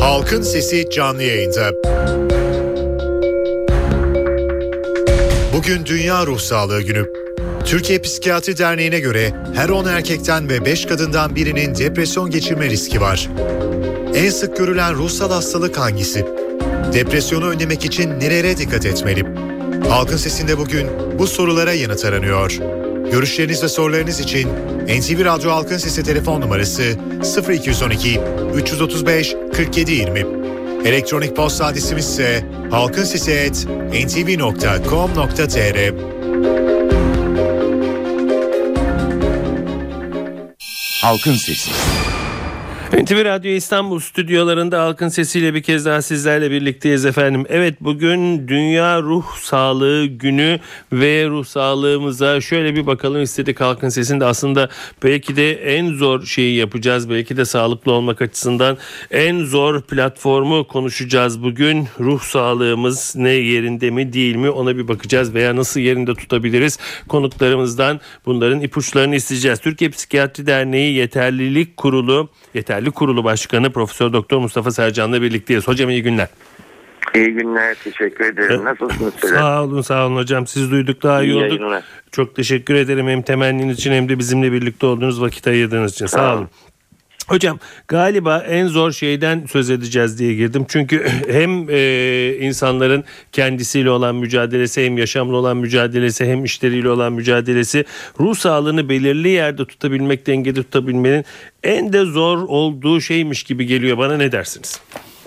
Halkın Sesi canlı yayında. Bugün Dünya Ruh Sağlığı Günü. Türkiye Psikiyatri Derneği'ne göre her 10 erkekten ve 5 kadından birinin depresyon geçirme riski var. En sık görülen ruhsal hastalık hangisi? Depresyonu önlemek için nerelere dikkat etmeli? Halkın Sesi'nde bugün bu sorulara yanıt aranıyor. Görüşleriniz ve sorularınız için NTV Radyo Halkın Sesi telefon numarası 0212 335 4720. Elektronik posta adresimiz ise halkinsesi@ntv.com.tr. Halkın Sesi. NTV Radyo İstanbul stüdyolarında Halkın Sesi'yle bir kez daha sizlerle birlikteyiz efendim. Evet, bugün Dünya Ruh Sağlığı Günü ve ruh sağlığımıza şöyle bir bakalım istedik Halkın Sesi'nde. Aslında belki de en zor şeyi yapacağız. Belki de sağlıklı olmak açısından en zor platformu konuşacağız bugün. Ruh sağlığımız ne, yerinde mi değil mi, ona bir bakacağız veya nasıl yerinde tutabiliriz. Konuklarımızdan bunların ipuçlarını isteyeceğiz. Türkiye Psikiyatri Derneği Yeterlilik Kurulu Başkanı Profesör Doktor Mustafa Sercan'la birlikteyiz. Hocam iyi günler. İyi günler, teşekkür ederim. Nasılsınız? Sağ olun hocam. Siz duyduk, daha iyi olduk. Yayınlar. Çok teşekkür ederim hem temenniniz için hem de bizimle birlikte olduğunuz, vakit ayırdığınız için. Sağ olun. Hocam, galiba en zor şeyden söz edeceğiz diye girdim. Çünkü hem insanların kendisiyle olan mücadelesi, hem yaşamla olan mücadelesi, hem işleriyle olan mücadelesi, ruh sağlığını belirli yerde tutabilmek, dengede tutabilmenin en de zor olduğu şeymiş gibi geliyor bana. Ne dersiniz?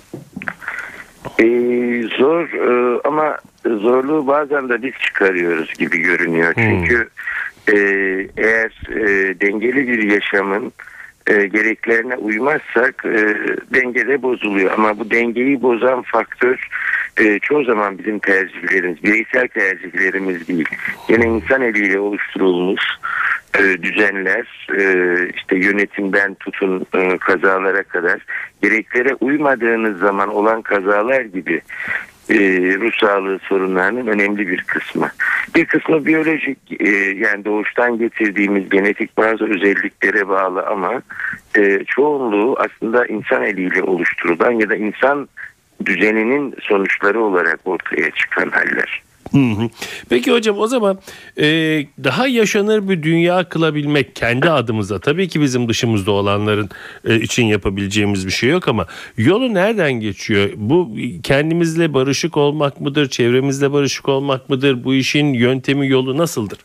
Zor ama zorluğu bazen de biz çıkarıyoruz gibi görünüyor. Çünkü eğer dengeli bir yaşamın gereklerine uymazsak dengede bozuluyor. Ama bu dengeyi bozan faktör çoğu zaman bizim tercihlerimiz, bireysel tercihlerimiz değil. Yine insan eliyle oluşturulmuş düzenler, işte yönetimden tutun kazalara kadar, gereklere uymadığınız zaman olan kazalar gibi ruh sağlığı sorunlarının önemli bir kısmı. Bir kısmı biyolojik, yani doğuştan getirdiğimiz genetik bazı özelliklere bağlı ama çoğunluğu aslında insan eliyle oluşturulan ya da insan düzeninin sonuçları olarak ortaya çıkan haller. Peki hocam, o zaman daha yaşanır bir dünya kılabilmek kendi adımıza, tabii ki bizim dışımızda olanların için yapabileceğimiz bir şey yok ama yolu nereden geçiyor? Bu kendimizle barışık olmak mıdır? Çevremizle barışık olmak mıdır? Bu işin yöntemi, yolu nasıldır?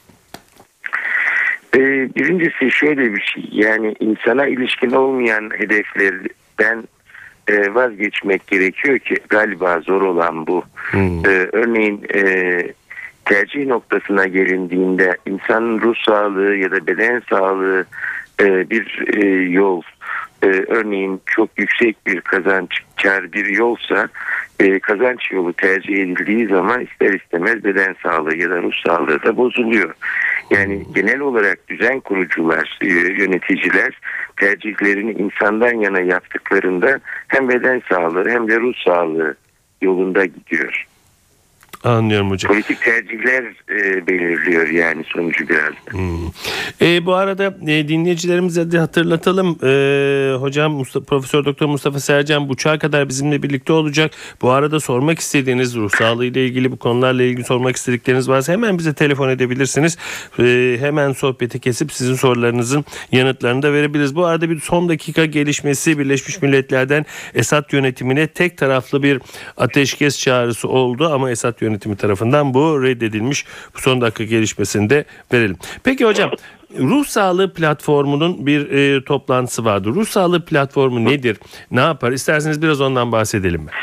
Birincisi şöyle bir şey, yani insana ilişkin olmayan hedeflerden vazgeçmek gerekiyor ki galiba zor olan bu. Örneğin tercih noktasına gelindiğinde insanın ruh sağlığı ya da beden sağlığı bir yol, örneğin çok yüksek bir kazançkar bir yolsa kazanç yolu tercih edildiği zaman ister istemez beden sağlığı ya da ruh sağlığı da bozuluyor. Yani genel olarak düzen kurucular, yöneticiler tercihlerini insandan yana yaptıklarında hem beden sağlığı hem de ruh sağlığı yolunda gidiyor. Anlıyorum hocam. Politik tercihler belirliyor yani sonucu biraz. Bu arada dinleyicilerimize de hatırlatalım. Hocam Profesör Doktor Mustafa Sercan buçuğa kadar bizimle birlikte olacak. Bu arada sormak istediğiniz, ruh sağlığı ile ilgili, bu konularla ilgili sormak istedikleriniz varsa hemen bize telefon edebilirsiniz. Hemen sohbeti kesip sizin sorularınızın yanıtlarını da verebiliriz. Bu arada bir son dakika gelişmesi, Birleşmiş Milletler'den Esad yönetimine tek taraflı bir ateşkes çağrısı oldu ama Esad yönetimi tarafından bu reddedilmiş. Bu son dakika gelişmesini de verelim. Peki hocam, Ruh Sağlığı Platformu'nun bir toplantısı vardı. Ruh Sağlığı Platformu nedir? Ne yapar? İsterseniz biraz ondan bahsedelim mi?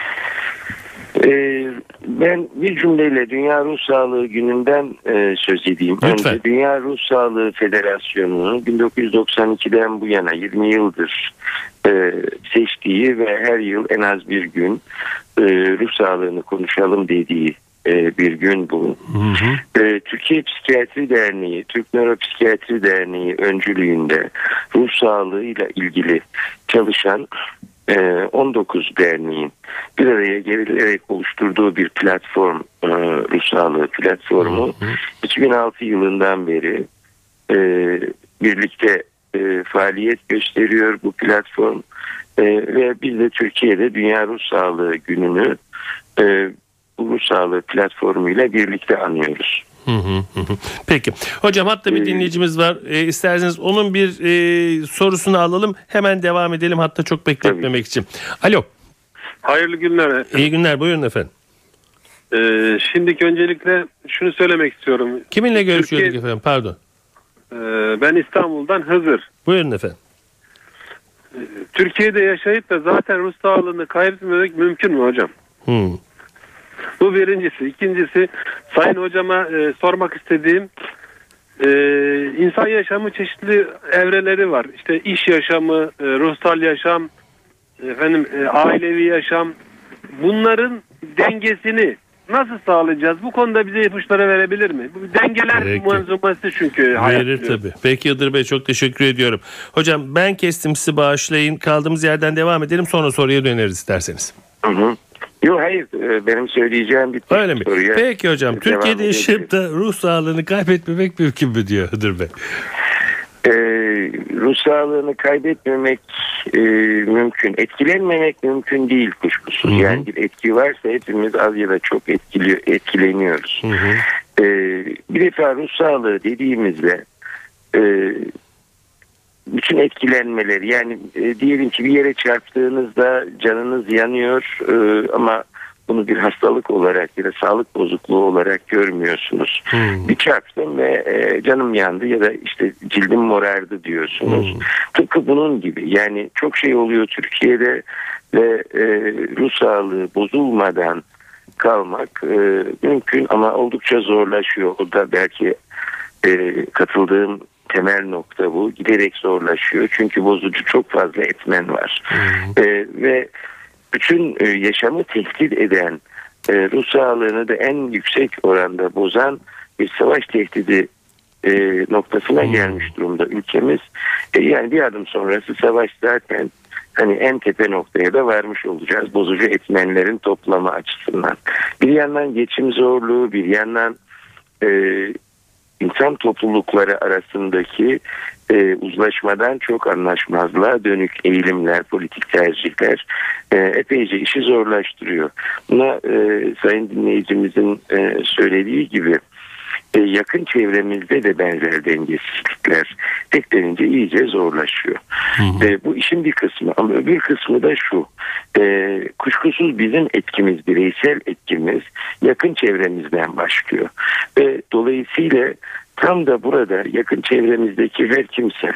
Ben bir cümleyle Dünya Ruh Sağlığı Günü'nden söz edeyim. Lütfen. Önce Dünya Ruh Sağlığı Federasyonu'nun 1992'den bu yana 20 yıldır seçtiği ve her yıl en az bir gün ruh sağlığını konuşalım dediği bir gün bu. Türkiye Psikiyatri Derneği, Türk Nöropsikiyatri Derneği öncülüğünde ruh sağlığıyla ilgili çalışan 19 derneğin bir araya gelerek oluşturduğu bir platform, ruh sağlığı platformu. 2006 yılından beri birlikte faaliyet gösteriyor bu platform. Ve biz de Türkiye'de Dünya Ruh Sağlığı Günü'nü bu ruh sağlığı platformuyla birlikte anıyoruz. Peki. Hocam hatta bir dinleyicimiz var. İsterseniz onun bir sorusunu alalım. Hemen devam edelim hatta çok bekletmemek için. Alo. Hayırlı günler efendim. İyi günler. Buyurun efendim. Şimdiki öncelikle şunu söylemek istiyorum. Kiminle görüşüyorduk efendim? Pardon. Ben İstanbul'dan Hızır. Buyurun efendim. Türkiye'de yaşayıp da zaten ruh sağlığını kaybetmemek mümkün mü hocam? Bu birincisi. İkincisi, Sayın Hocama sormak istediğim, insan yaşamı çeşitli evreleri var. İşte iş yaşamı, ruhsal yaşam, ailevi yaşam. Bunların dengesini nasıl sağlayacağız? Bu konuda bize ipuçları verebilir mi? Bu dengeler manzuması çünkü. Verir tabii. Peki Yıldır Bey, çok teşekkür ediyorum. Hocam ben kestim, sizi bağışlayın. Kaldığımız yerden devam edelim, sonra soruya döneriz isterseniz. Yok hayır, benim söyleyeceğim bir öyle mi? soruya. Peki hocam, Türkiye'de yaşayıp da ruh sağlığını kaybetmemek mümkün mü diyor Hıdır Bey? Ruh sağlığını kaybetmemek mümkün. Etkilenmemek mümkün değil kuşkusuz. Yani bir etki varsa hepimiz az ya da çok etkileniyoruz. Bir defa ruh sağlığı dediğimizde bütün etkilenmeleri, yani diyelim ki bir yere çarptığınızda canınız yanıyor ama bunu bir hastalık olarak ya da sağlık bozukluğu olarak görmüyorsunuz. Bir çarptım ve canım yandı ya da işte cildim morardı diyorsunuz. Tıpkı bunun gibi. Yani çok şey oluyor Türkiye'de ve ruh sağlığı bozulmadan kalmak mümkün ama oldukça zorlaşıyor. Orada belki katıldığım temel nokta bu. Giderek zorlaşıyor. Çünkü bozucu çok fazla etmen var. Ve bütün yaşamı tehdit eden, ruh sağlığını da en yüksek oranda bozan bir savaş tehdidi noktasına gelmiş durumda ülkemiz. Yani bir adım sonrası savaş zaten hani en tepe noktaya da varmış olacağız. Bozucu etmenlerin toplamı açısından. Bir yandan geçim zorluğu, bir yandan insan toplulukları arasındaki uzlaşmadan çok anlaşmazlığa dönük eğilimler, politik tercihler epeyce işi zorlaştırıyor. Buna sayın dinleyicimizin söylediği gibi yakın çevremizde de benzer dengesizlikler eklenince iyice zorlaşıyor. Bu işin bir kısmı, ama öbür kısmı da şu: kuşkusuz bizim etkimiz, bireysel etkimiz yakın çevremizden başlıyor ve dolayısıyla tam da burada yakın çevremizdeki her kimse,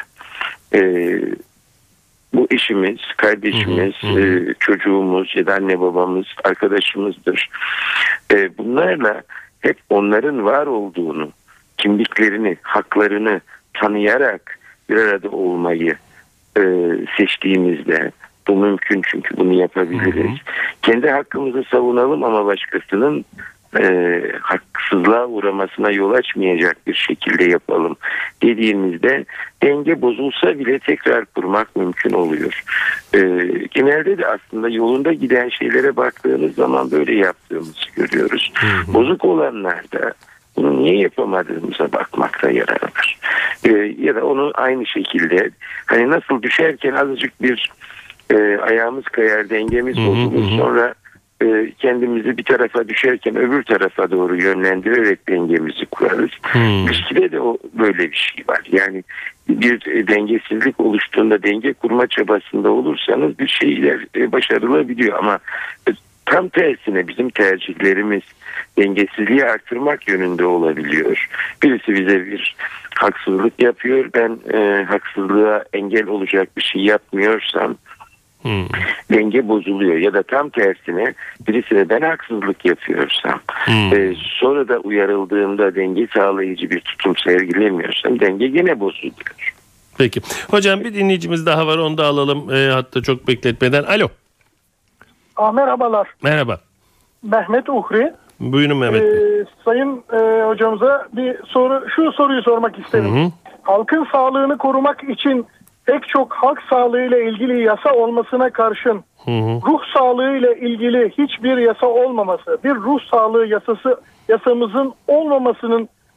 bu eşimiz, kardeşimiz, çocuğumuz ya da anne babamız, arkadaşımızdır. Bunlarla hep onların var olduğunu, kimliklerini, haklarını tanıyarak bir arada olmayı seçtiğimizde, bu mümkün çünkü bunu yapabiliriz. Kendi hakkımızı savunalım ama başkasının haksızlığa uğramasına yol açmayacak bir şekilde yapalım dediğimizde denge bozulsa bile tekrar kurmak mümkün oluyor. Genelde de aslında yolunda giden şeylere baktığınız zaman böyle yaptığımızı görüyoruz. Bozuk olanlarda bunu niye yapamadığımıza bakmakta yarar var. Ya da onu aynı şekilde, hani nasıl düşerken azıcık bir ayağımız kayar, dengemiz bozulur, sonra kendimizi bir tarafa düşerken öbür tarafa doğru yönlendirerek dengemizi kurarız. İlişkide de böyle bir şey var. Yani bir dengesizlik oluştuğunda denge kurma çabasında olursanız bir şeyler başarılabiliyor ama tam tersine bizim tercihlerimiz dengesizliği artırmak yönünde olabiliyor. Birisi bize bir haksızlık yapıyor. Ben haksızlığa engel olacak bir şey yapmıyorsam denge bozuluyor. Ya da tam tersine birisine ben haksızlık yapıyorsam sonra da uyarıldığımda denge sağlayıcı bir tutum sergilemiyorsam denge gene bozuluyor. Peki. Hocam bir dinleyicimiz daha var, onu da alalım hatta çok bekletmeden. Alo. Merhabalar. Merhaba. Mehmet Uhri. Buyurun Mehmet Bey. Sayın hocamıza şu soruyu sormak isterim. Halkın sağlığını korumak için pek çok halk sağlığı ile ilgili yasa olmasına karşın ruh sağlığı ile ilgili hiçbir yasa olmaması, bir ruh sağlığı yasamızın olmamasının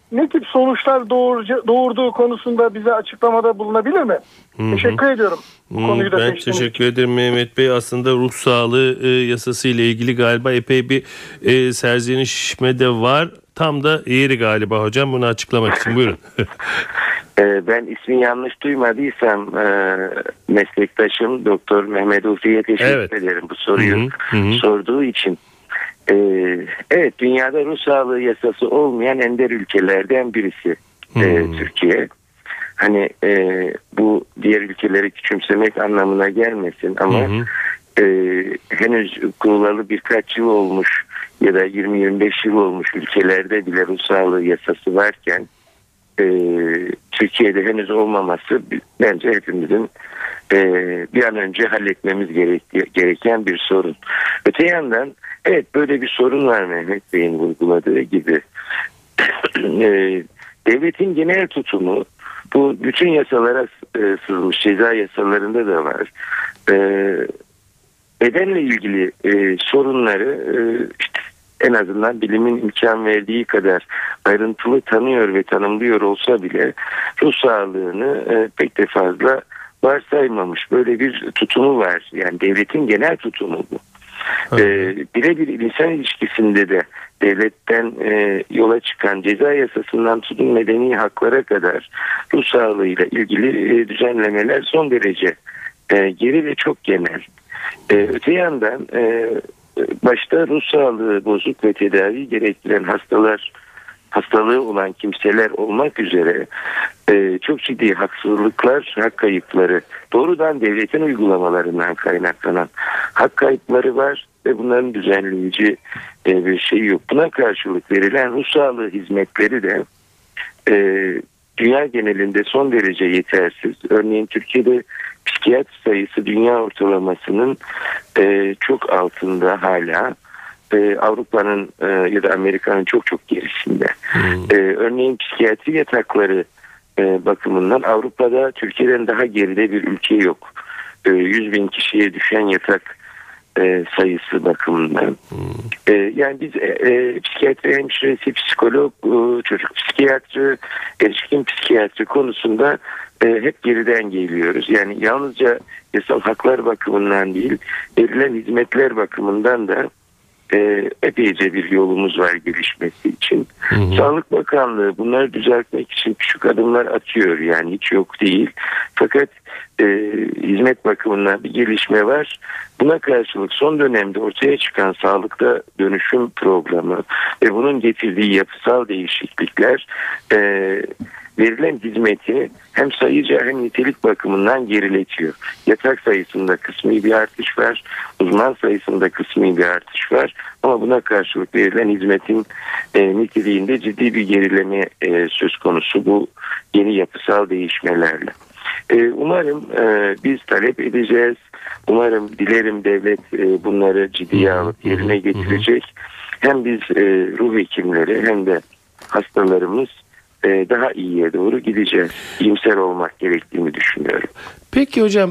ne tip sonuçlar doğurduğu konusunda bize açıklamada bulunabilir mi? Teşekkür ediyorum. Bu konuyu da Ben seçtiğiniz teşekkür ederim Mehmet Bey. Aslında ruh sağlığı yasası ile ilgili galiba epey bir serzenişme de var. Tam da yeri galiba hocam, bunu açıklamak için. Buyurun. Ben ismi yanlış duymadıysam meslektaşım Doktor Mehmet Ufi'ye teşekkür ederim bu soruyu sorduğu için. Evet, dünyada ruh sağlığı yasası olmayan ender ülkelerden birisi Türkiye. Hani bu diğer ülkeleri küçümsemek anlamına gelmesin ama henüz kurulalı birkaç yıl olmuş ya da 20-25 yıl olmuş ülkelerde bile ruh sağlığı yasası varken Türkiye'de henüz olmaması bence hepimizin bir an önce halletmemiz gereken bir sorun. Öte yandan evet, böyle bir sorun var Mehmet Bey'in vurguladığı gibi. Devletin genel tutumu bu bütün yasalara sızmış, ceza yasalarında da var. Bedenle ilgili sorunları işte en azından bilimin imkan verdiği kadar ayrıntılı tanıyor ve tanımlıyor olsa bile ruh sağlığını pek de fazla varsaymamış. Böyle bir tutumu var. Yani devletin genel tutumu bu. Birebir insan ilişkisinde de devletten yola çıkan ceza yasasından tutun medeni haklara kadar ruh sağlığıyla ilgili düzenlemeler son derece geri ve çok genel. Öte yandan başta ruh sağlığı bozuk ve tedavi gerektiren hastalığı olan kimseler olmak üzere çok ciddi haksızlıklar, hak kayıpları, doğrudan devletin uygulamalarından kaynaklanan hak kayıpları var ve bunların düzenleyici bir şey yok. Buna karşılık verilen ruh sağlığı hizmetleri de dünya genelinde son derece yetersiz. Örneğin Türkiye'de psikiyatr sayısı dünya ortalamasının çok altında hala. Avrupa'nın ya da Amerika'nın çok çok gerisinde. Örneğin psikiyatri yatakları bakımından Avrupa'da Türkiye'den daha geride bir ülke yok. 100 bin kişiye düşen yatak sayısı bakımından. Yani biz psikiyatri hemşiresi, psikolog, çocuk psikiyatri, erişkin psikiyatri konusunda hep geriden geliyoruz. Yani yalnızca yasal haklar bakımından değil, verilen hizmetler bakımından da epeyce bir yolumuz var gelişmesi için. Sağlık Bakanlığı bunları düzeltmek için küçük adımlar atıyor, yani hiç yok değil. Fakat hizmet bakımından bir gelişme var. Buna karşılık son dönemde ortaya çıkan sağlıkta dönüşüm programı ve bunun getirdiği yapısal değişiklikler verilen hizmeti hem sayıca hem nitelik bakımından geriletiyor. Yatak sayısında kısmi bir artış var, uzman sayısında kısmi bir artış var ama buna karşılık verilen hizmetin niteliğinde ciddi bir gerileme söz konusu bu yeni yapısal değişmelerle. Umarım biz talep edeceğiz. Umarım, dilerim devlet bunları ciddiye alıp yerine getirecek. Hem biz ruh hekimleri hem de hastalarımız daha iyiye doğru gideceğiz. İyimser olmak gerektiğini düşünüyorum. Peki hocam,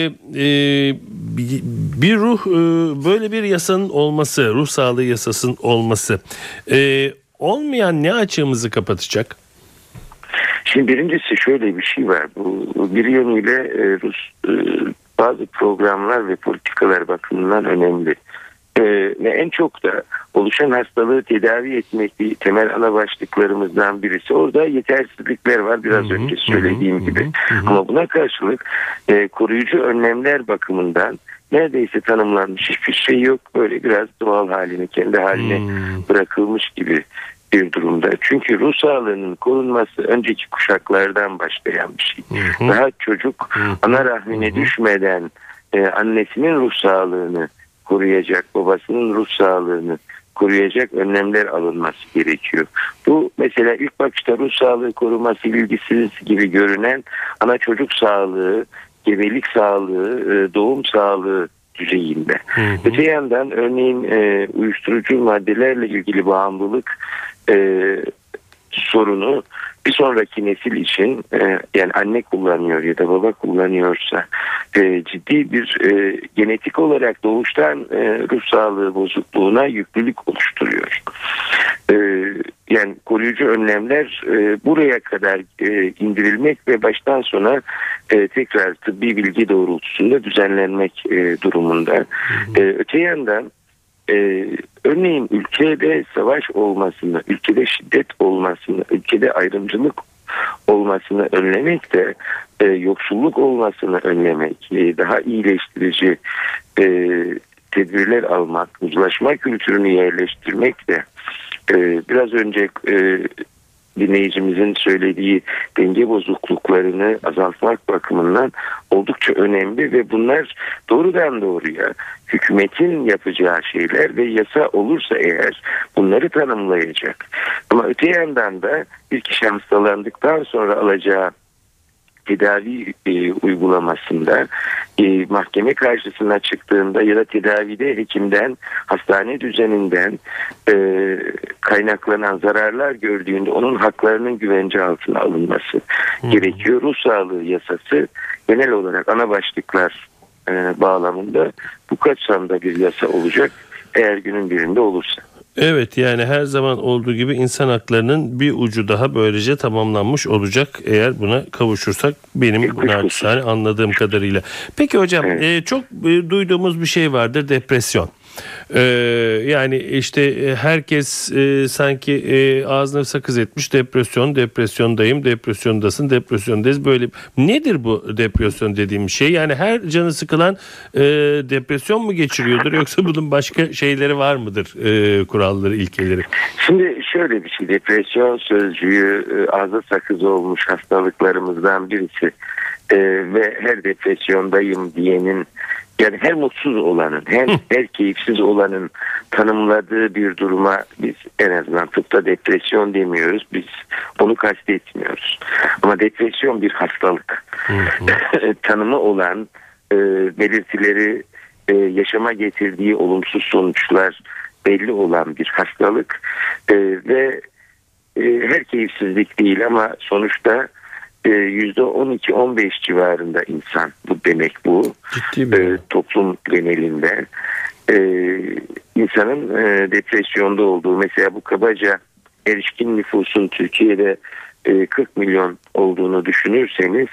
bir ruh böyle bir yasanın olması, ruh sağlığı yasasının olması olmayan ne açığımızı kapatacak? Şimdi birincisi şöyle bir şey var. Bu bir yönüyle bazı programlar ve politikalar bakımından önemli. Ve en çok da oluşan hastalığı tedavi etmek bir temel ana başlıklarımızdan birisi. Orada yetersizlikler var, biraz önce söylediğim gibi. Ama buna karşılık koruyucu önlemler bakımından neredeyse tanımlanmış hiçbir şey yok. Böyle biraz doğal haline, kendi haline bırakılmış gibi bir durumda. Çünkü ruh sağlığının korunması önceki kuşaklardan başlayan bir şey. Daha çocuk ana rahmine düşmeden annesinin ruh sağlığını koruyacak, babasının ruh sağlığını koruyacak önlemler alınması gerekiyor. Bu mesela ilk bakışta ruh sağlığı koruması ilgisiz gibi görünen ana çocuk sağlığı, gebelik sağlığı, doğum sağlığı düzeyinde. Öte yandan örneğin uyuşturucu maddelerle ilgili bağımlılık sorunu bir sonraki nesil için yani anne kullanıyor ya da baba kullanıyorsa ciddi bir genetik olarak doğuştan ruh sağlığı bozukluğuna yüklülük oluşturuyor. yani koruyucu önlemler buraya kadar indirilmek ve baştan sona tekrar tıbbi bilgi doğrultusunda düzenlenmek durumunda. Öte yandan örneğin ülkede savaş olmasını, ülkede şiddet olmasını, ülkede ayrımcılık olmasını önlemek de yoksulluk olmasını önlemek, daha iyileştirici tedbirler almak, uzlaşma kültürünü yerleştirmek de biraz önce dinleyicimizin söylediği denge bozukluklarını azaltmak bakımından oldukça önemli ve bunlar doğrudan doğruya hükümetin yapacağı şeyler ve yasa olursa eğer bunları tanımlayacak. Ama öte yandan da bir kişi hastalandıktan sonra alacağı tedavi uygulamasında mahkeme karşısına çıktığında ya da tedavide hekimden, hastane düzeninden kaynaklanan zararlar gördüğünde onun haklarının güvence altına alınması gerekiyor. Ruh sağlığı yasası genel olarak ana başlıklar bağlamında bu kapsamda bir yasa olacak eğer günün birinde olursa. Evet, yani her zaman olduğu gibi insan haklarının bir ucu daha böylece tamamlanmış olacak eğer buna kavuşursak, benim naçizane anladığım kadarıyla. Peki hocam, çok duyduğumuz bir şey vardır, depresyon. Yani işte herkes sanki ağzına sakız etmiş, depresyondayım, depresyondasın, depresyondayız. Böyle nedir bu depresyon dediğim şey? Yani her canı sıkılan depresyon mu geçiriyordur, yoksa bunun başka şeyleri var mıdır, kuralları, ilkeleri? Şimdi şöyle bir şey, depresyon sözcüğü ağza sakız olmuş hastalıklarımızdan birisi ve her depresyondayım diyenin, yani her mutsuz olanın, her keyifsiz olanın tanımladığı bir duruma biz en azından tıpta depresyon demiyoruz. Biz onu kastetmiyoruz. Ama depresyon bir hastalık. Tanımı olan, belirtileri, yaşama getirdiği olumsuz sonuçlar belli olan bir hastalık. Ve her keyifsizlik değil ama sonuçta %12-15 civarında insan, bu demek bu. Toplum genelinde insanın depresyonda olduğu, mesela bu kabaca erişkin nüfusun Türkiye'de 40 milyon olduğunu düşünürseniz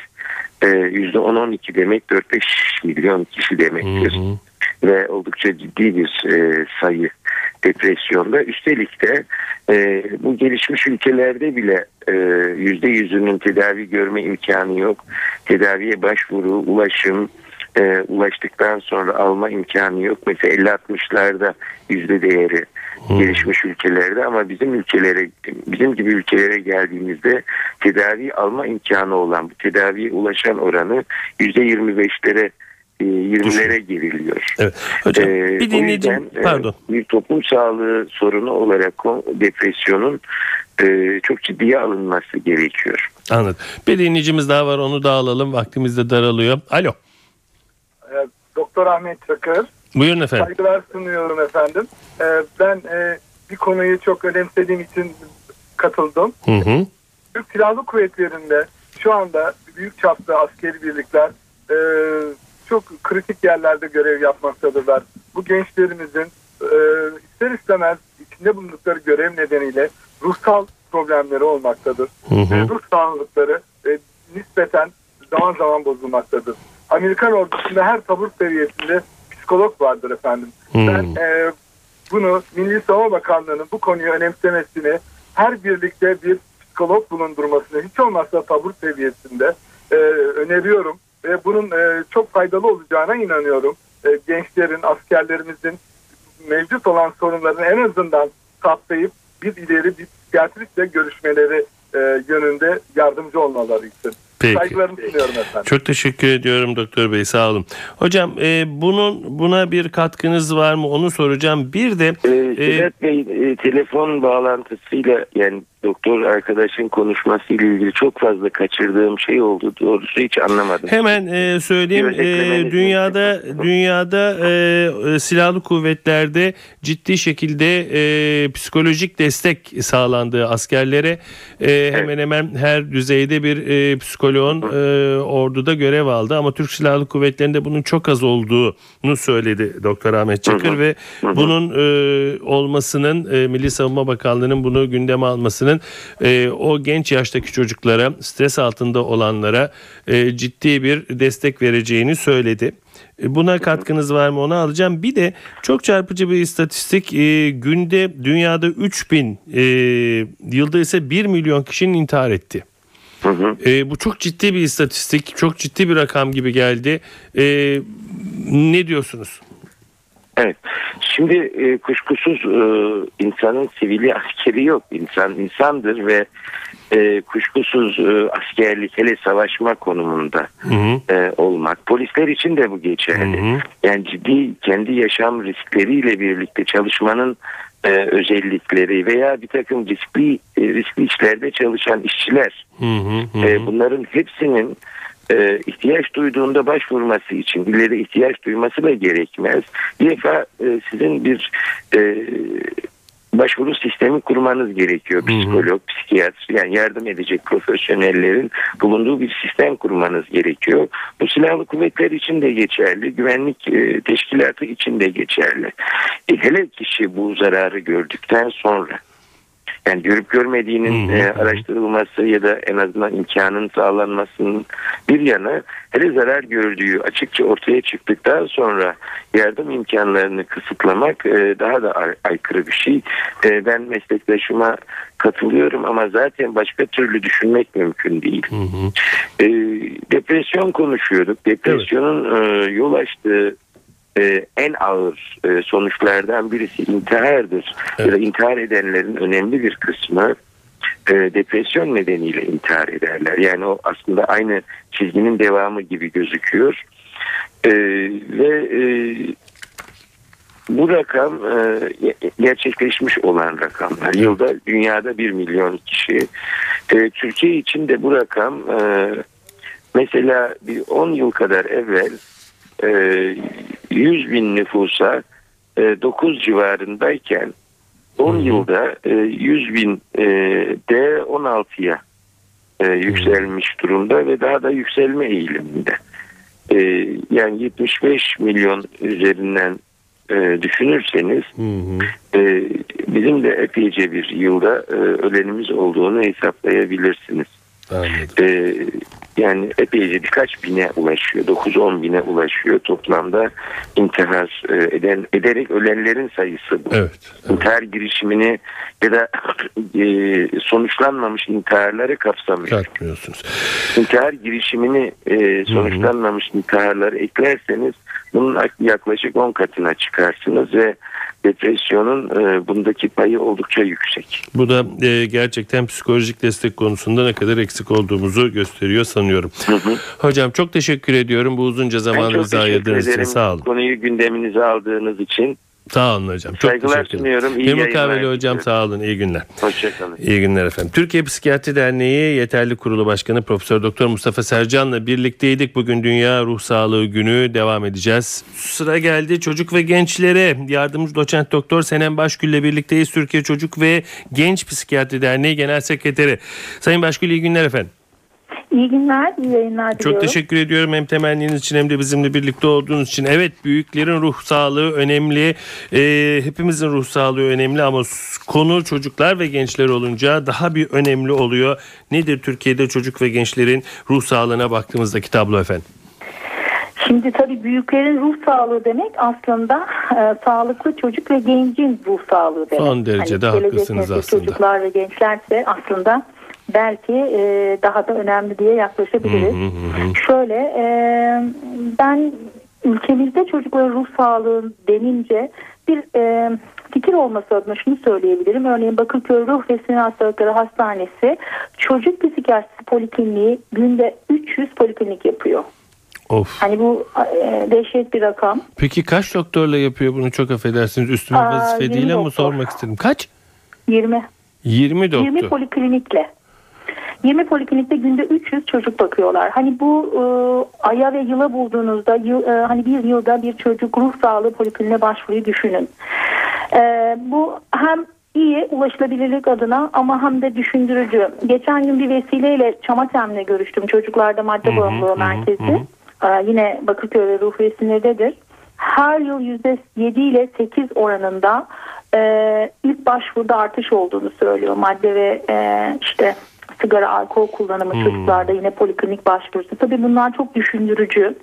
%10-12 demek 4-5 milyon kişi demektir. Ve oldukça ciddi bir sayı depresyonda. Üstelik de bu gelişmiş ülkelerde bile %100'ünün tedavi görme imkanı yok. Tedaviye başvuru, ulaşım, ulaştıktan sonra alma imkanı yok. Mesela 50-60'larda yüzde değeri gelişmiş ülkelerde, ama bizim gibi ülkelere geldiğimizde tedavi alma imkanı olan, bu tedaviye ulaşan oranı %25'lere 20'lere geriliyor. Evet. Hocam, bir dinleyicim, pardon. Bir toplum sağlığı sorunu olarak depresyonun çok ciddiye alınması gerekiyor. Anladım. Bir dinleyicimiz daha var, onu da alalım. Vaktimiz de daralıyor. Alo. Doktor Ahmet Çakır. Buyurun efendim. Saygılar sunuyorum efendim. Ben bir konuyu çok önemsediğim için katıldım. Türk Silahlı Kuvvetleri'nde şu anda büyük çapta askeri birlikler çok kritik yerlerde görev yapmaktadırlar. Bu gençlerimizin ister istemez içinde bulundukları görev nedeniyle ruhsal problemleri olmaktadır. Ruh sağlıkları nispeten zaman zaman bozulmaktadır. Amerikan ordusunda her tabur seviyesinde psikolog vardır efendim. Ben bunu Milli Savunma Bakanlığı'nın bu konuyu önemsemesini, her birlikte bir psikolog bulundurmasını hiç olmazsa tabur seviyesinde öneriyorum. Ve bunun çok faydalı olacağına inanıyorum. Gençlerin, askerlerimizin mevcut olan sorunlarını en azından saptayıp bir ileri bir psikiyatristle görüşmeleri yönünde yardımcı olmaları için. Peki. Saygılarımı sunuyorum efendim. Çok teşekkür ediyorum doktor bey, sağ olun. Hocam buna bir katkınız var mı, onu soracağım. Bir de Sedat Bey, telefon bağlantısıyla, yani doktor arkadaşın konuşmasıyla ilgili çok fazla kaçırdığım şey oldu. Doğrusu hiç anlamadım. Hemen söyleyeyim. Dünyada silahlı kuvvetlerde ciddi şekilde psikolojik destek sağlandığı askerlere hemen hemen her düzeyde bir psikolog psikoloğun orduda görev aldı ama Türk Silahlı Kuvvetleri'nde bunun çok az olduğunu söyledi Doktor Ahmet Çakır ve bunun olmasının Milli Savunma Bakanlığı'nın bunu gündeme almasının o genç yaştaki çocuklara, stres altında olanlara ciddi bir destek vereceğini söyledi. Buna katkınız var mı, onu alacağım. Bir de çok çarpıcı bir istatistik, günde dünyada 3000, yılda ise 1 milyon kişinin intihar etti. Bu çok ciddi bir istatistik, çok ciddi bir rakam gibi geldi. Ne diyorsunuz? Evet. Şimdi kuşkusuz insanın sivili askeri yok. İnsan insandır ve kuşkusuz askerlik, hele savaşma konumunda olmak. Polisler için de bu geçerli. Yani ciddi kendi yaşam riskleriyle birlikte çalışmanın özellikleri veya bir takım riskli işlerde çalışan işçiler, bunların hepsinin ihtiyaç duyduğunda başvurması için ileri ihtiyaç duyması da gerekmez. Bir defa sizin bir başvuru sistemi kurmanız gerekiyor. Psikolog, psikiyatr, yani yardım edecek profesyonellerin bulunduğu bir sistem kurmanız gerekiyor. Bu silahlı kuvvetler için de geçerli, güvenlik teşkilatı için de geçerli. Hele kişi bu zararı gördükten sonra, yani görüp görmediğinin araştırılması ya da en azından imkanın sağlanmasının bir yana, hele zarar gördüğü açıkça ortaya çıktıktan sonra yardım imkanlarını kısıtlamak daha da aykırı bir şey. Ben meslektaşıma katılıyorum ama zaten başka türlü düşünmek mümkün değil. Depresyon konuşuyorduk. Depresyonun yol açtığı en ağır sonuçlardan birisi intihardır. Ya da intihar edenlerin önemli bir kısmı depresyon nedeniyle intihar ederler. Yani o aslında aynı çizginin devamı gibi gözüküyor. Ve bu rakam gerçekleşmiş olan rakamlar. Yılda dünyada 1 milyon kişi. Türkiye için de bu rakam mesela bir 10 yıl kadar evvel 100 bin nüfusa 9 civarındayken 10 yılda 100 bin de 16'ya yükselmiş durumda ve daha da yükselme eğiliminde. Yani 75 milyon üzerinden düşünürseniz bizim de epeyce bir yılda ölenimiz olduğunu hesaplayabilirsiniz. Yani epeyce birkaç bine ulaşıyor. 9-10 bine ulaşıyor. Toplamda intihar ederek ölenlerin sayısı bu. İntihar girişimini ya da sonuçlanmamış intiharları kapsamıyor. İntihar girişimini sonuçlanmamış intiharları eklerseniz bunun yaklaşık 10 katına çıkarsınız ve depresyonun bundaki payı oldukça yüksek. Bu da gerçekten psikolojik destek konusunda ne kadar eksik olduğumuzu gösteriyor sanıyorum. Hocam çok teşekkür ediyorum bu uzunca zamanı bize ayırdığınız için. Sağ olun. Konuyu gündeminize aldığınız için. Sağ olun hocam. Çok saygılar sunuyorum. İyi mukabele hocam. Sağ olun. İyi günler. Hoşçakalın. İyi günler efendim. Türkiye Psikiyatri Derneği Yeterli Kurulu Başkanı Profesör Doktor Mustafa Sercan'la birlikteydik. Bugün Dünya Ruh Sağlığı Günü, devam edeceğiz. Sıra geldi çocuk ve gençlere. Yardımcı doçent doktor Senem Başgül'le birlikteyiz. Türkiye Çocuk ve Genç Psikiyatri Derneği Genel Sekreteri. Sayın Başgül, iyi günler efendim. İyi günler, iyi yayınlar diliyorum. Çok teşekkür ediyorum hem temenniniz için hem de bizimle birlikte olduğunuz için. Evet, büyüklerin ruh sağlığı önemli, hepimizin ruh sağlığı önemli ama konu çocuklar ve gençler olunca daha bir önemli oluyor. Nedir Türkiye'de çocuk ve gençlerin ruh sağlığına baktığımızdaki tablo efendim? Şimdi tabii büyüklerin ruh sağlığı demek aslında sağlıklı çocuk ve gencin ruh sağlığı demek. Son derecede hani haklısınız aslında. Çocuklar ve gençlerse aslında belki daha da önemli diye yaklaşabiliriz. Şöyle ben ülkemizde çocukların ruh sağlığı denince bir fikir olması adına şunu söyleyebilirim. Örneğin Bakırköy Ruh ve Sinir Hastalıkları Hastanesi çocuk psikiyatrisi polikliniği günde 300 poliklinik yapıyor. Of. Hani bu dehşet bir rakam. Peki kaç doktorla yapıyor bunu, çok affedersiniz üstüme vazife değil ama sormak istedim. Kaç? 20. 20 doktor. 20 poliklinikle. 20 poliklinikte günde 300 çocuk bakıyorlar. Hani bu aya ve yıla bulduğunuzda hani bir yılda bir çocuk ruh sağlığı polikliniğine başvuruyu düşünün. Bu hem iyi ulaşılabilirlik adına ama hem de düşündürücü. Geçen gün bir vesileyle Çamatem'le görüştüm. Çocuklarda madde bağımlılığı merkezi. Yine Bakırköy ve Ruh ve Sinir'dedir. Her yıl %7 ile 8 oranında ilk başvuruda artış olduğunu söylüyor. Madde ve işte sigara, alkol kullanımı çocuklarda, yine poliklinik başvurusu. Tabii bunlar çok düşündürücü.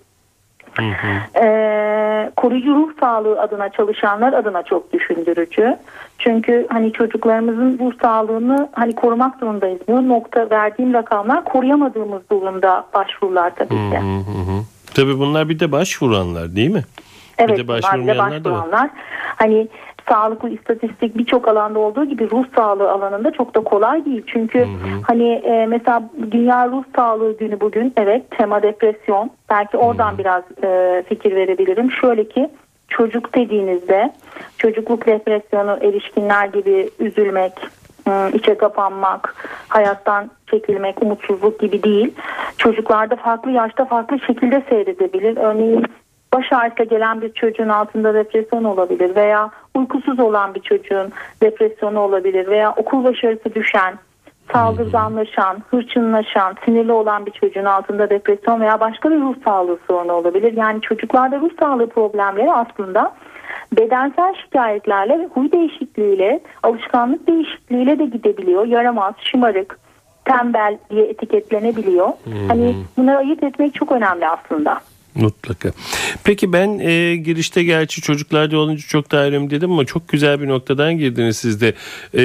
Koruyucu ruh sağlığı adına çalışanlar adına çok düşündürücü. Çünkü hani çocuklarımızın ruh sağlığını hani korumak zorundayız. Bu nokta verdiğim rakamlar koruyamadığımız durumda başvurular tabii ki. Tabii bunlar bir de başvuranlar değil mi? Evet, bir de başvurmayanlar da var. Hani sağlıklı istatistik birçok alanda olduğu gibi ruh sağlığı alanında çok da kolay değil. Çünkü hani mesela Dünya Ruh Sağlığı Günü bugün, evet, tema depresyon. Belki oradan biraz fikir verebilirim. Şöyle ki, çocuk dediğinizde çocukluk depresyonu, erişkinler gibi üzülmek, içe kapanmak, hayattan çekilmek, umutsuzluk gibi değil. Çocuklarda farklı yaşta farklı şekilde seyredebilir. Örneğin baş ağrısıyla gelen bir çocuğun altında depresyon olabilir veya uykusuz olan bir çocuğun depresyonu olabilir veya okul başarısı düşen, saldırganlaşan, hırçınlaşan, sinirli olan bir çocuğun altında depresyon veya başka bir ruh sağlığı sorunu olabilir. Yani çocuklarda ruh sağlığı problemleri aslında bedensel şikayetlerle ve huy değişikliğiyle, alışkanlık değişikliğiyle de gidebiliyor. Yaramaz, şımarık, tembel diye etiketlenebiliyor. Hani bunları ayırt etmek çok önemli aslında. Mutlaka. Peki ben girişte gerçi çocuklarda olunca çok daha önemli dedim ama çok güzel bir noktadan girdiniz siz de.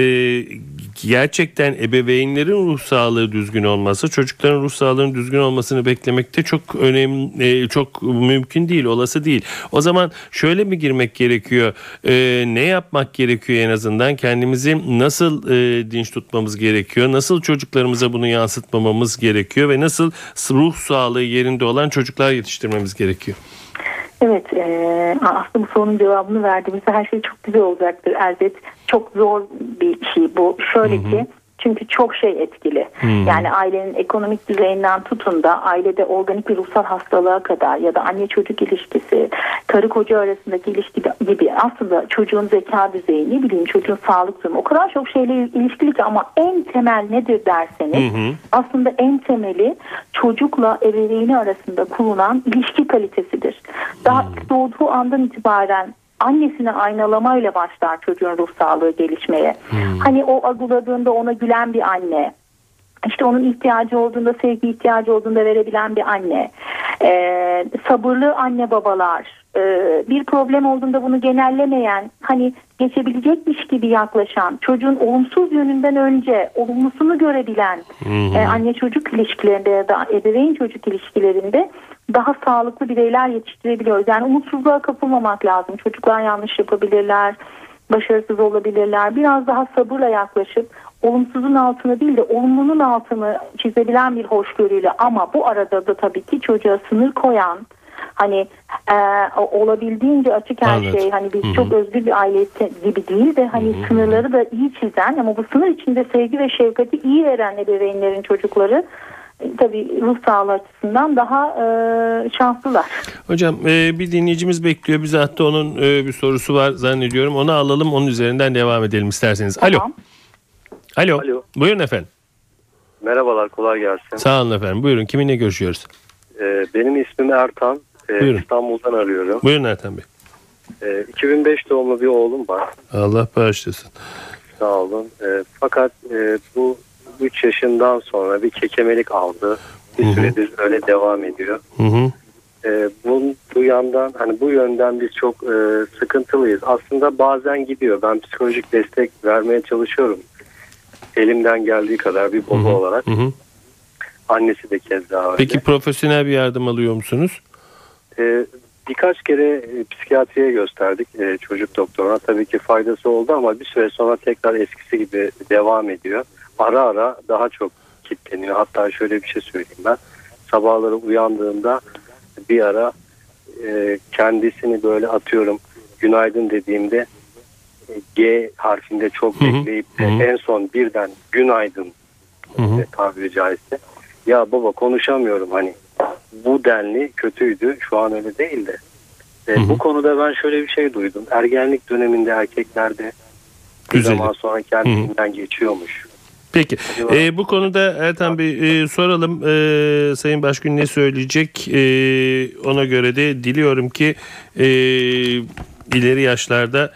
Gerçekten ebeveynlerin ruh sağlığı düzgün olması, çocukların ruh sağlığının düzgün olmasını beklemekte çok önemli, çok mümkün değil, olası değil. O zaman şöyle mi girmek gerekiyor? Ne yapmak gerekiyor en azından? Kendimizi nasıl dinç tutmamız gerekiyor? Nasıl çocuklarımıza bunu yansıtmamamız gerekiyor ve nasıl ruh sağlığı yerinde olan çocuklar yetiştirmemiz gerekiyor? Evet, aslında bu sorunun cevabını verdiğimizde her şey çok güzel olacaktır elbet. Çok zor bir şey bu. Şöyle ki, çünkü çok şey etkili. Yani ailenin ekonomik düzeyinden tutun da ailede organik bir ruhsal hastalığa kadar ya da anne çocuk ilişkisi, karı koca arasındaki ilişki gibi aslında çocuğun zeka düzeyi, ne bileyim çocuğun sağlık durumu o kadar çok şeyle ilişkili ki, ama en temel nedir derseniz aslında en temeli çocukla ebeveyni arasında kurulan ilişki kalitesidir. Daha doğduğu andan itibaren annesine aynalamayla başlar çocuğun ruh sağlığı gelişmeye. Hani o aguladığında ona gülen bir anne, işte onun ihtiyacı olduğunda, sevgi ihtiyacı olduğunda verebilen bir anne, sabırlı anne babalar, bir problem olduğunda bunu genellemeyen, hani geçebilecekmiş gibi yaklaşan, çocuğun olumsuz yönünden önce olumlusunu görebilen anne çocuk ilişkilerinde ya da ebeveyn çocuk ilişkilerinde daha sağlıklı bireyler yetiştirebiliyoruz. Yani umutsuzluğa kapılmamak lazım. Çocuklar yanlış yapabilirler, başarısız olabilirler. Biraz daha sabırla yaklaşıp olumsuzun altını değil de olumlunun altını çizebilen bir hoşgörüyle, ama bu arada da tabii ki çocuğa sınır koyan, hani olabildiğince açık her şey, hani biz çok özgür bir aile gibi değil de hani sınırları da iyi çizen ama bu sınır içinde sevgi ve şefkati iyi veren ebeveynlerin çocukları tabii ruh sağlığı açısından daha şanslılar. Hocam bir dinleyicimiz bekliyor. Bize hatta onun bir sorusu var zannediyorum. Onu alalım, onun üzerinden devam edelim isterseniz. Tamam. Alo. Buyurun efendim. Merhabalar, kolay gelsin. Sağ olun efendim. Buyurun, kiminle görüşüyoruz? Benim ismim Ertan. İstanbul'dan arıyorum. Buyurun Ertan Bey. 2005 doğumlu bir oğlum var. Allah bağışlasın. Sağ olun. Fakat bu 3 yaşından sonra bir kekemelik aldı. Bir süredir öyle devam ediyor. Bu yandan, hani bu yönden biz çok sıkıntılıyız. Aslında bazen gidiyor. Ben psikolojik destek vermeye çalışıyorum. Elimden geldiği kadar bir baba olarak. Annesi de keza öyle. Peki profesyonel bir yardım alıyor musunuz? Birkaç kere psikiyatriye gösterdik, çocuk doktoruna. Tabii ki faydası oldu ama bir süre sonra tekrar eskisi gibi devam ediyor. Ara ara daha çok kilitleniyor. Hatta şöyle bir şey söyleyeyim ben. Sabahları uyandığında bir ara kendisini böyle atıyorum günaydın dediğimde G harfinde çok bekleyip en son birden günaydın tabiri caizse. Ya baba konuşamıyorum, hani bu denli kötüydü, şu an öyle değil de. Bu konuda ben şöyle bir şey duydum. Ergenlik döneminde erkeklerde Bir zaman sonra kendiliğinden geçiyormuş. Peki. Bu konuda Ertan Bey soralım. Sayın Başgün ne söyleyecek? Ona göre de diliyorum ki ileri yaşlarda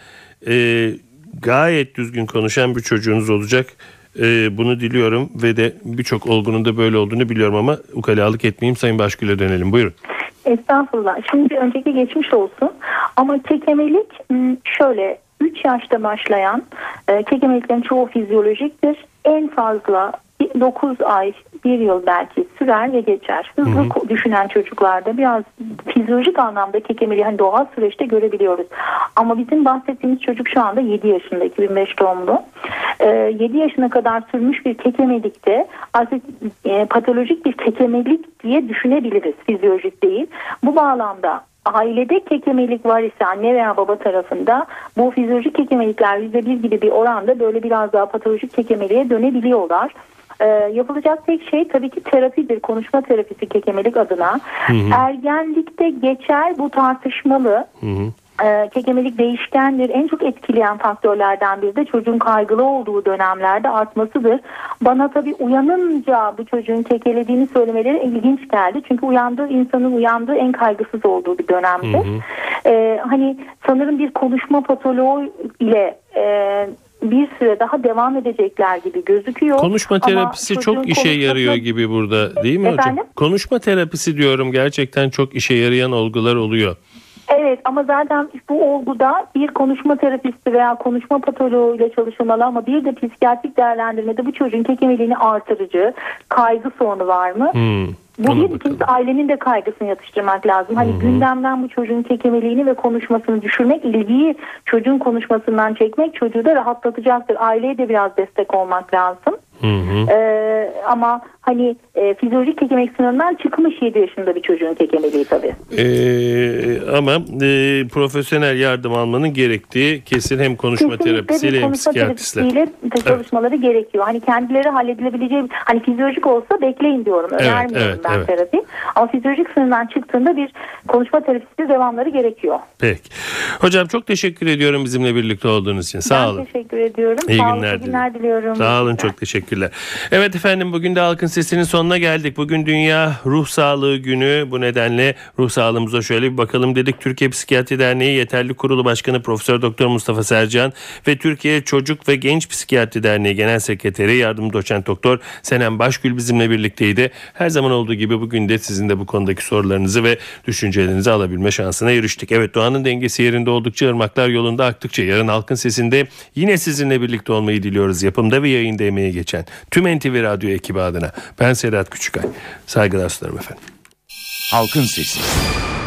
gayet düzgün konuşan bir çocuğunuz olacak. Bunu diliyorum ve de birçok olgunun da böyle olduğunu biliyorum ama ukalalık etmeyeyim. Sayın Başgül'e dönelim. Buyurun. Estağfurullah. Şimdi önceki geçmiş olsun. Ama kekemelik şöyle 3 yaşta başlayan kekemeliklerin çoğu fizyolojiktir. En fazla 9 ay, 1 yıl belki sürer ve geçer. Hızlı düşünen çocuklarda biraz fizyolojik anlamda kekemeliği hani doğal süreçte görebiliyoruz. Ama bizim bahsettiğimiz çocuk şu anda 7 yaşında, 2005 doğumlu. 7 yaşına kadar sürmüş bir kekemelikte artık patolojik bir kekemelik diye düşünebiliriz, fizyolojik değil. Bu bağlamda ailede kekemelik var ise anne veya baba tarafında bu fizyolojik kekemelikler %1 gibi bir oranda böyle biraz daha patolojik kekemeliğe dönebiliyorlar. Yapılacak tek şey tabii ki terapidir. Konuşma terapisi kekemelik adına. Ergenlikte geçer, bu tartışmalı. Kekemelik değişkendir. En çok etkileyen faktörlerden biri de çocuğun kaygılı olduğu dönemlerde artmasıdır. Bana tabii uyanınca bu çocuğun kekelediğini söylemeleri ilginç geldi. Çünkü insanın uyandığı en kaygısız olduğu bir dönemdir. Hani sanırım bir konuşma patoloğu ile bir süre daha devam edecekler gibi gözüküyor. Konuşma terapisi çok işe yarıyor gibi burada, değil mi hocam? Konuşma terapisi diyorum, gerçekten çok işe yarayan olgular oluyor. Evet, ama zaten bu olguda bir konuşma terapisti veya konuşma patoloğu ile çalışılmalı ama bir de psikiyatrik değerlendirmede bu çocuğun kekemeliğini artırıcı kaygı sorunu var mı? Bu bir, ikincisi ailenin de kaygısını yatıştırmak lazım. Hani gündemden bu çocuğun kekemeliğini ve konuşmasını düşürmek, ilgiyi çocuğun konuşmasından çekmek çocuğu da rahatlatacaktır. Aileye de biraz destek olmak lazım. Ama hani fizyolojik kekemelik sınırından çıkmış 7 yaşında bir çocuğun kekemeliği tabii. Ama profesyonel yardım almanın gerektiği kesin, hem konuşma terapisiyle hem psikiyatristler. Çalışmaları gerekiyor. Hani kendileri halledilebileceği, hani fizyolojik olsa bekleyin diyorum. Önermiyorum ben terapi. Ama fizyolojik sınırından çıktığında bir konuşma terapisi devamları gerekiyor. Peki. Hocam çok teşekkür ediyorum bizimle birlikte olduğunuz için. Sağ olun. Ben teşekkür ediyorum. İyi Sağ günler diliyorum. Sağ olun, çok teşekkürler. Evet efendim, bugün de Halkın Sesi'nin sonuna geldik. Bugün Dünya Ruh Sağlığı Günü. Bu nedenle ruh sağlığımıza şöyle bir bakalım dedik. Türkiye Psikiyatri Derneği Yeterli Kurulu Başkanı Profesör Doktor Mustafa Sercan ve Türkiye Çocuk ve Genç Psikiyatri Derneği Genel Sekreteri Yardım Doçent Doktor Senem Başgül bizimle birlikteydi. Her zaman olduğu gibi bugün de sizin de bu konudaki sorularınızı ve düşüncelerinizi alabilme şansına eriştik. Evet, doğanın dengesi yerinde oldukça, ırmaklar yolunda aktıkça yarın Halkın Sesi'nde yine sizinle birlikte olmayı diliyoruz. Yapımda ve yayında emeği geçen tüm NTV Radyo ekibi adına ben Sedat Küçükay. Saygılar sunarım efendim. Halkın Sesi.